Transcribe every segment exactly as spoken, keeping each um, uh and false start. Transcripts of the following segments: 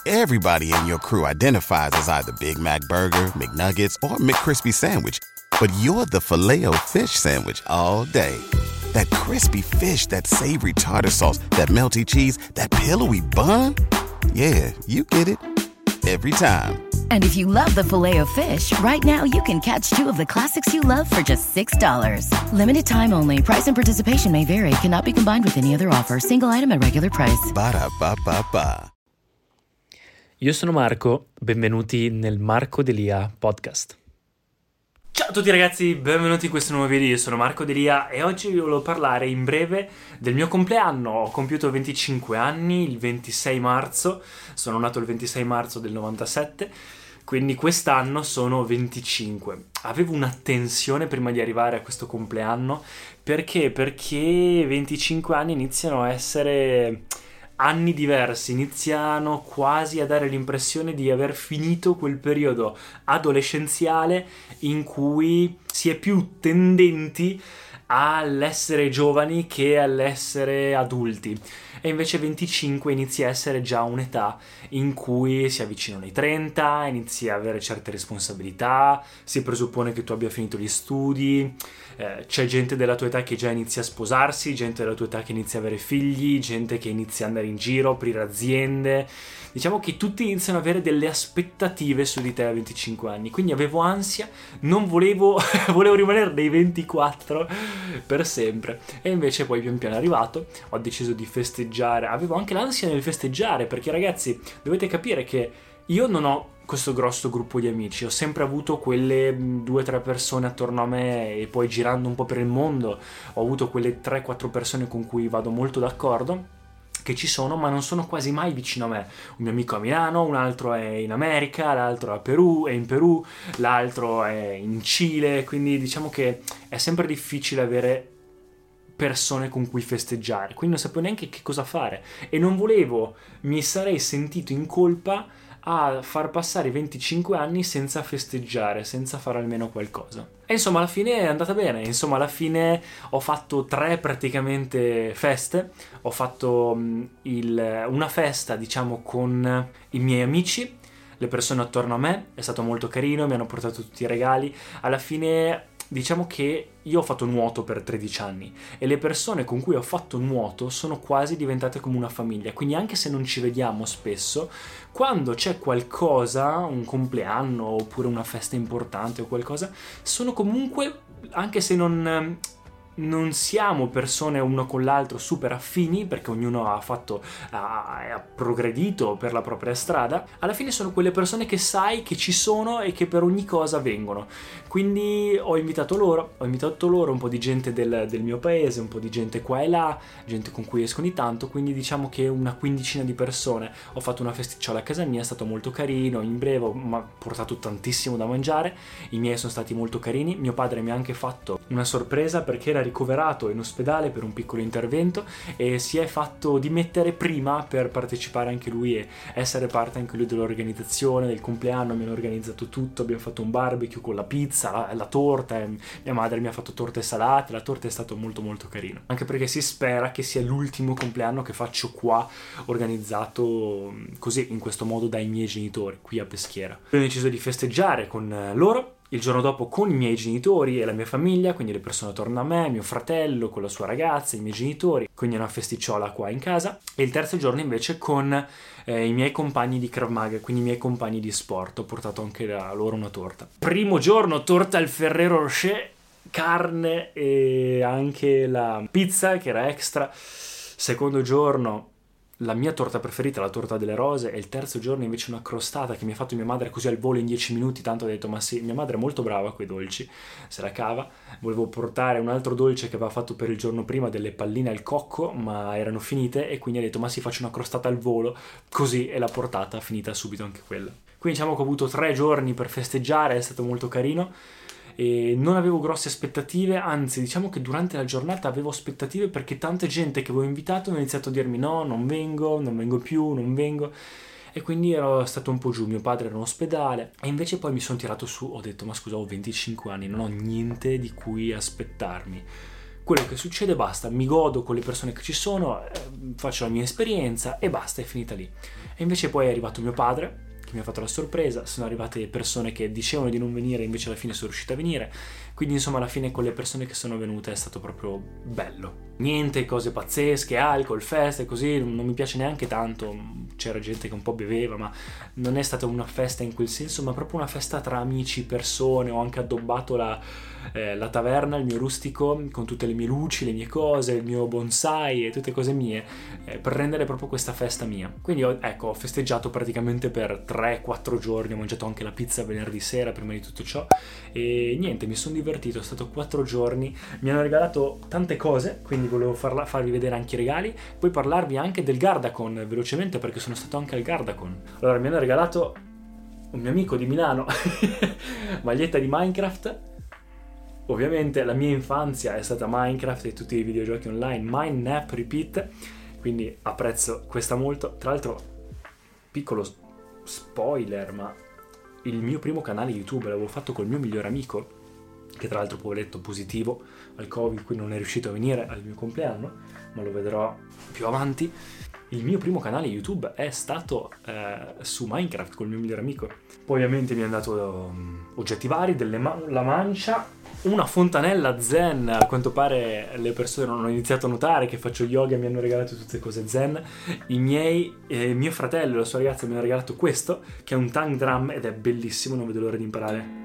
Everybody in your crew identifies as either Big Mac Burger, McNuggets, or McCrispy Sandwich. But you're the Filet-O-Fish Sandwich all day. That crispy fish, that savory tartar sauce, that melty cheese, that pillowy bun. Yeah, you get it. Every time. And if you love the Filet-O-Fish, right now you can catch two of the classics you love for just six dollars. Limited time only. Price and participation may vary. Cannot be combined with any other offer. Single item at regular price. Ba-da-ba-ba-ba. Io sono Marco, benvenuti nel Marco Delia podcast. Ciao a tutti ragazzi, benvenuti in questo nuovo video. Io sono Marco Delia e oggi vi volevo parlare in breve del mio compleanno. Ho compiuto venticinque anni il ventisei marzo, sono nato il ventisei marzo del novantasette, quindi quest'anno sono venticinque. Avevo una tensione prima di arrivare a questo compleanno, perché? Perché venticinque anni iniziano a essere anni diversi, iniziano quasi a dare l'impressione di aver finito quel periodo adolescenziale in cui si è più tendenti all'essere giovani che all'essere adulti. E invece venticinque inizia a essere già un'età in cui si avvicinano i trenta, inizi a avere certe responsabilità, si presuppone che tu abbia finito gli studi, eh, c'è gente della tua età che già inizia a sposarsi, gente della tua età che inizia a avere figli, gente che inizia ad andare in giro, aprire aziende. Diciamo che tutti iniziano ad avere delle aspettative su di te a venticinque anni, quindi avevo ansia, non volevo, volevo rimanere dei ventiquattro per sempre. E invece poi pian piano è arrivato, ho deciso di festeggiare, avevo anche l'ansia nel festeggiare, perché ragazzi dovete capire che io non ho questo grosso gruppo di amici, ho sempre avuto quelle due o tre persone attorno a me e poi girando un po' per il mondo ho avuto quelle tre quattro persone con cui vado molto d'accordo, che ci sono, ma non sono quasi mai vicino a me. Un mio amico a Milano, un altro è in America, l'altro è a Perù, è in Perù, l'altro è in Cile, quindi diciamo che è sempre difficile avere persone con cui festeggiare, quindi non sapevo neanche che cosa fare e non volevo, mi sarei sentito in colpa a far passare i venticinque anni senza festeggiare, senza fare almeno qualcosa. E insomma alla fine è andata bene, insomma alla fine ho fatto tre praticamente feste, ho fatto um, il, una festa diciamo con i miei amici, le persone attorno a me, è stato molto carino, mi hanno portato tutti i regali, alla fine diciamo che io ho fatto nuoto per tredici anni e le persone con cui ho fatto nuoto sono quasi diventate come una famiglia, quindi anche se non ci vediamo spesso, quando c'è qualcosa, un compleanno oppure una festa importante o qualcosa, sono comunque, anche se non... non siamo persone uno con l'altro super affini, perché ognuno ha fatto ha, ha progredito per la propria strada, alla fine sono quelle persone che sai che ci sono e che per ogni cosa vengono. Quindi ho invitato loro ho invitato loro un po' di gente del, del mio paese, un po' di gente qua e là, gente con cui esco ogni tanto, quindi diciamo che una quindicina di persone. Ho fatto una festicciola a casa mia, è stato molto carino, in breve mi ha portato tantissimo da mangiare, i miei sono stati molto carini, mio padre mi ha anche fatto una sorpresa perché era ricoverato in ospedale per un piccolo intervento e si è fatto dimettere prima per partecipare anche lui e essere parte anche lui dell'organizzazione del compleanno. Mi hanno organizzato tutto, abbiamo fatto un barbecue con la pizza, la, la torta, mia madre mi ha fatto torte salate, la torta è stato molto molto carino, anche perché si spera che sia l'ultimo compleanno che faccio qua organizzato così, in questo modo, dai miei genitori qui a Peschiera. Ho deciso di festeggiare con loro il giorno dopo con i miei genitori e la mia famiglia, quindi le persone attorno a me, mio fratello con la sua ragazza, i miei genitori, quindi una festicciola qua in casa, e il terzo giorno invece con eh, i miei compagni di Krav Maga, quindi i miei compagni di sport. Ho portato anche a loro una torta. Primo giorno torta al Ferrero Rocher, carne e anche la pizza che era extra. Secondo giorno la mia torta preferita, la torta delle rose, e il terzo giorno invece una crostata che mi ha fatto mia madre così al volo in dieci minuti, tanto ho detto ma sì, mia madre è molto brava coi dolci, se la cava. Volevo portare un altro dolce che aveva fatto per il giorno prima, delle palline al cocco, ma erano finite e quindi ho detto ma sì, faccio una crostata al volo, così, e l'ha portata, finita subito anche quella. Quindi diciamo che ho avuto tre giorni per festeggiare, è stato molto carino. E non avevo grosse aspettative, anzi diciamo che durante la giornata avevo aspettative perché tanta gente che avevo invitato mi ha iniziato a dirmi no, non vengo, non vengo più, non vengo, e quindi ero stato un po' giù. Mio padre era in ospedale e invece poi mi sono tirato su, ho detto ma scusa, ho venticinque anni, non ho niente di cui aspettarmi, quello che succede basta, mi godo con le persone che ci sono, eh, faccio la mia esperienza e basta, è finita lì. E invece poi è arrivato mio padre, che mi ha fatto la sorpresa, sono arrivate persone che dicevano di non venire, invece alla fine sono riuscite a venire, quindi insomma alla fine con le persone che sono venute è stato proprio bello. Niente cose pazzesche, alcol, feste, così, non mi piace neanche tanto, c'era gente che un po' beveva, ma non è stata una festa in quel senso, ma proprio una festa tra amici, persone. Ho anche addobbato la, eh, la taverna, il mio rustico, con tutte le mie luci, le mie cose, il mio bonsai e tutte cose mie, eh, per rendere proprio questa festa mia. Quindi ho, ecco, ho festeggiato praticamente per tre quattro giorni, ho mangiato anche la pizza venerdì sera prima di tutto ciò, e niente, mi sono divertito, è stato quattro giorni, mi hanno regalato tante cose, quindi volevo farla, farvi vedere anche i regali, poi parlarvi anche del Gardacon velocemente, perché sono stato anche al Gardacon. Allora, mi hanno regalato un mio amico di Milano maglietta di Minecraft. Ovviamente la mia infanzia è stata Minecraft e tutti i videogiochi online, Mine Nap Repeat, quindi apprezzo questa molto. Tra l'altro, piccolo spoiler, ma il mio primo canale YouTube l'avevo fatto col mio migliore amico, che tra l'altro poveretto positivo al Covid, quindi non è riuscito a venire al mio compleanno, ma lo vedrò più avanti. Il mio primo canale YouTube è stato eh, su Minecraft col mio migliore amico. Poi ovviamente mi hanno dato um, oggetti vari, delle ma- la mancia, una fontanella zen. A quanto pare le persone non hanno iniziato a notare che faccio yoga e mi hanno regalato tutte cose zen. I miei, eh, mio fratello e la sua ragazza mi hanno regalato questo, che è un tang drum ed è bellissimo, non vedo l'ora di imparare.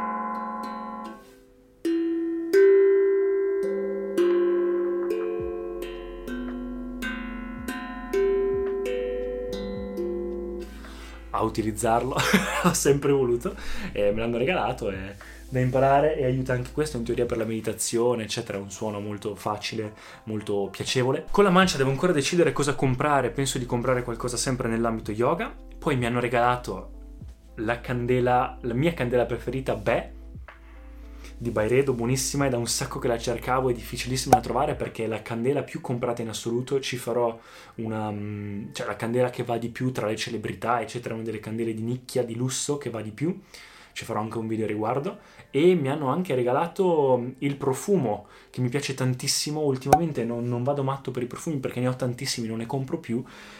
A utilizzarlo, ho sempre voluto, e me l'hanno regalato, è da imparare e aiuta anche questo in teoria per la meditazione eccetera, è un suono molto facile, molto piacevole. Con la mancia devo ancora decidere cosa comprare, penso di comprare qualcosa sempre nell'ambito yoga. Poi mi hanno regalato la candela, la mia candela preferita, Beh, di Byredo, buonissima, è da un sacco che la cercavo, è difficilissima da trovare perché è la candela più comprata in assoluto. Ci farò una, cioè la candela che va di più tra le celebrità eccetera, una delle candele di nicchia, di lusso che va di più, ci farò anche un video a riguardo. E mi hanno anche regalato il profumo che mi piace tantissimo ultimamente, non, non vado matto per i profumi perché ne ho tantissimi, non ne compro più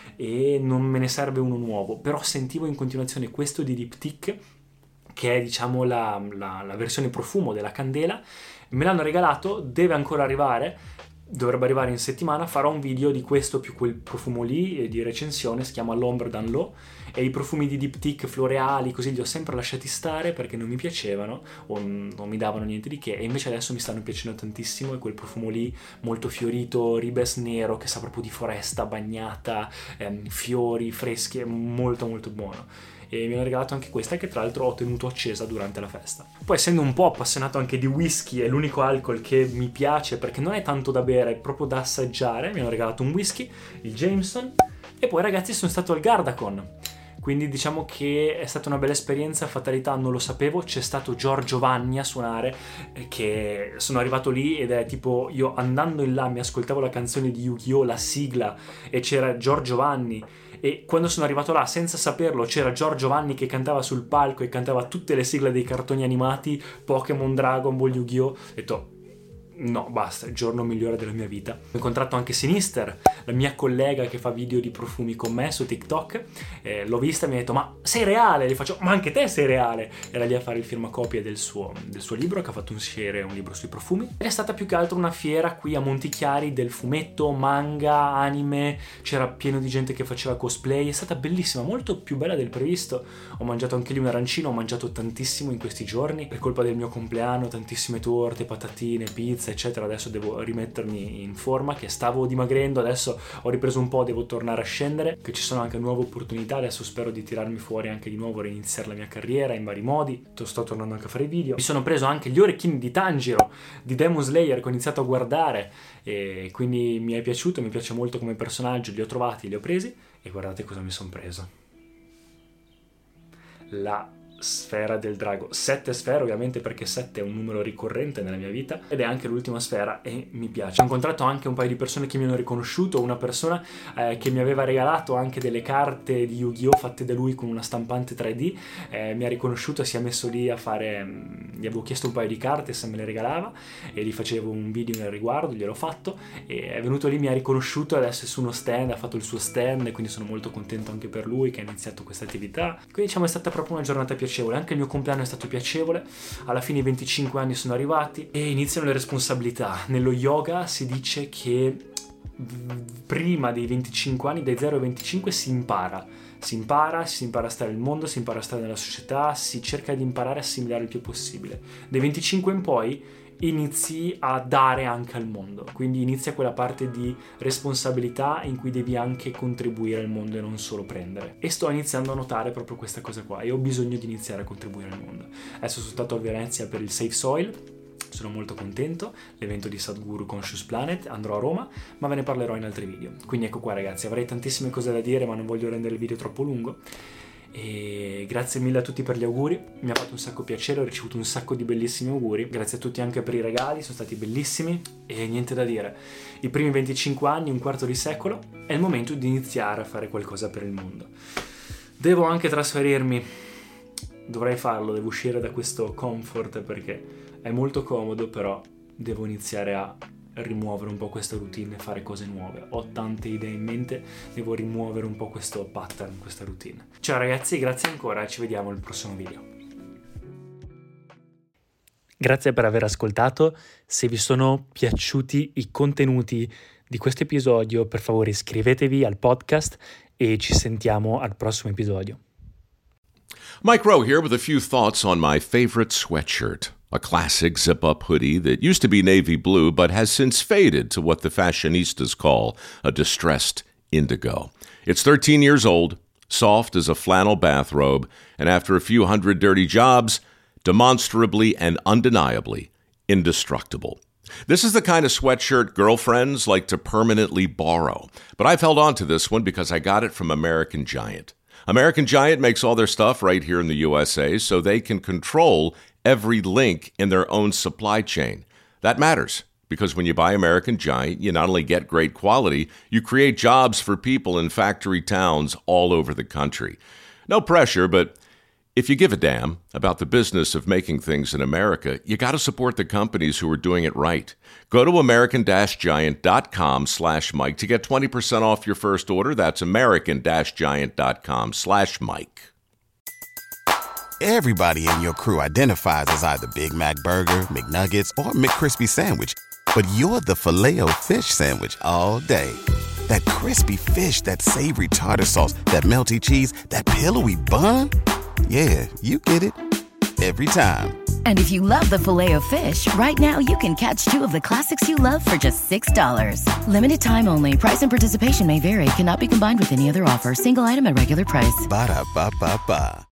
e non me ne serve uno nuovo, però sentivo in continuazione questo di Diptyque, che è diciamo la, la, la versione profumo della candela. Me l'hanno regalato, deve ancora arrivare, dovrebbe arrivare in settimana. Farò un video di questo più quel profumo lì di recensione, si chiama L'Ombre d'un Lot, e i profumi di Diptyque floreali così li ho sempre lasciati stare perché non mi piacevano o non mi davano niente di che, e invece adesso mi stanno piacendo tantissimo. E quel profumo lì molto fiorito, ribes nero, che sa proprio di foresta bagnata, ehm, fiori freschi, è molto molto buono. E mi hanno regalato anche questa, che tra l'altro ho tenuto accesa durante la festa. Poi, essendo un po' appassionato anche di whisky, è l'unico alcol che mi piace perché non è tanto da bere, è proprio da assaggiare, mi hanno regalato un whisky, il Jameson. E poi ragazzi sono stato al Gardacon, quindi diciamo che è stata una bella esperienza. Fatalità, non lo sapevo, c'è stato Giorgio Vanni a suonare, che sono arrivato lì ed è tipo, io andando in là mi ascoltavo la canzone di Yu-Gi-Oh, la sigla, e c'era Giorgio Vanni. E quando sono arrivato là, senza saperlo, c'era Giorgio Vanni che cantava sul palco e cantava tutte le sigle dei cartoni animati, Pokémon, Dragon Ball, Yu-Gi-Oh! Ho detto, no, basta, il giorno migliore della mia vita. Ho incontrato anche Sinister, la mia collega che fa video di profumi con me su TikTok. Eh, l'ho vista e mi ha detto, ma sei reale? Gli faccio, ma anche te sei reale? Era lì a fare il firmacopie del suo, del suo libro, che ha fatto un serie, un libro sui profumi. Ed è stata più che altro una fiera qui a Montichiari del fumetto, manga, anime, c'era pieno di gente che faceva cosplay, è stata bellissima, molto più bella del previsto. Ho mangiato anche lì un arancino, ho mangiato tantissimo in questi giorni, per colpa del mio compleanno, tantissime torte, patatine, pizza eccetera. Adesso devo rimettermi in forma, che stavo dimagrendo, adesso ho ripreso un po', devo tornare a scendere, che ci sono anche nuove opportunità, adesso spero di tirarmi fuori anche di nuovo, reiniziare la mia carriera in vari modi. Sto tornando anche a fare video. Mi sono preso anche gli orecchini di Tanjiro di Demon Slayer, che ho iniziato a guardare e quindi mi è piaciuto, mi piace molto come personaggio, li ho trovati, li ho presi e guardate cosa mi sono preso. La sfera del drago. Sette sfere ovviamente, perché sette è un numero ricorrente nella mia vita ed è anche l'ultima sfera e mi piace. Ho incontrato anche un paio di persone che mi hanno riconosciuto, una persona eh, che mi aveva regalato anche delle carte di Yu-Gi-Oh! Fatte da lui con una stampante tre D, eh, mi ha riconosciuto, si è messo lì a fare, mh, gli avevo chiesto un paio di carte se me le regalava e gli facevo un video nel riguardo, gliel'ho fatto e è venuto lì, mi ha riconosciuto, adesso è su uno stand, ha fatto il suo stand e quindi sono molto contento anche per lui che ha iniziato questa attività. Quindi diciamo è stata proprio una giornata piacevole. Anche il mio compleanno è stato piacevole, alla fine i venticinque anni sono arrivati e iniziano le responsabilità. Nello yoga si dice che prima dei venticinque anni, dai zero ai venticinque, si impara. Si impara, si impara a stare nel mondo, si impara a stare nella società, si cerca di imparare a assimilare il più possibile. Dai venticinque in poi inizi a dare anche al mondo, quindi inizia quella parte di responsabilità in cui devi anche contribuire al mondo e non solo prendere, e sto iniziando a notare proprio questa cosa qua e ho bisogno di iniziare a contribuire al mondo. Adesso sono stato a Venezia per il Safe Soil, sono molto contento, l'evento di Sadhguru Conscious Planet, andrò a Roma, ma ve ne parlerò in altri video. Quindi ecco qua ragazzi, avrei tantissime cose da dire ma non voglio rendere il video troppo lungo. E grazie mille a tutti per gli auguri, mi ha fatto un sacco piacere, ho ricevuto un sacco di bellissimi auguri, grazie a tutti anche per i regali, sono stati bellissimi e niente da dire. I primi venticinque anni, un quarto di secolo, è il momento di iniziare a fare qualcosa per il mondo. Devo anche trasferirmi, dovrei farlo, devo uscire da questo comfort perché è molto comodo, però devo iniziare a rimuovere un po' questa routine e fare cose nuove. Ho tante idee in mente, devo rimuovere un po' questo pattern, questa routine. Ciao ragazzi, grazie ancora e ci vediamo al prossimo video. Grazie per aver ascoltato. Se vi sono piaciuti i contenuti di questo episodio, per favore iscrivetevi al podcast e ci sentiamo al prossimo episodio. Mike Rowe here with a few thoughts on my favorite sweatshirt. A classic zip-up hoodie that used to be navy blue but has since faded to what the fashionistas call a distressed indigo. It's thirteen years old, soft as a flannel bathrobe, and after a few hundred dirty jobs, demonstrably and undeniably indestructible. This is the kind of sweatshirt girlfriends like to permanently borrow, but I've held on to this one because I got it from American Giant. American Giant makes all their stuff right here in the U S A so they can control every link in their own supply chain. That matters because when you buy American Giant, you not only get great quality, you create jobs for people in factory towns all over the country. No pressure, but if you give a damn about the business of making things in America, you got to support the companies who are doing it right. Go to american-giant.com slash Mike to get twenty percent off your first order. That's american-giant.com slash Mike. Everybody in your crew identifies as either Big Mac Burger, McNuggets, or McCrispy Sandwich. But you're the Filet-O-Fish Sandwich all day. That crispy fish, that savory tartar sauce, that melty cheese, that pillowy bun. Yeah, you get it. Every time. And if you love the Filet-O-Fish, right now you can catch two of the classics you love for just six dollars. Limited time only. Price and participation may vary. Cannot be combined with any other offer. Single item at regular price. Ba-da-ba-ba-ba.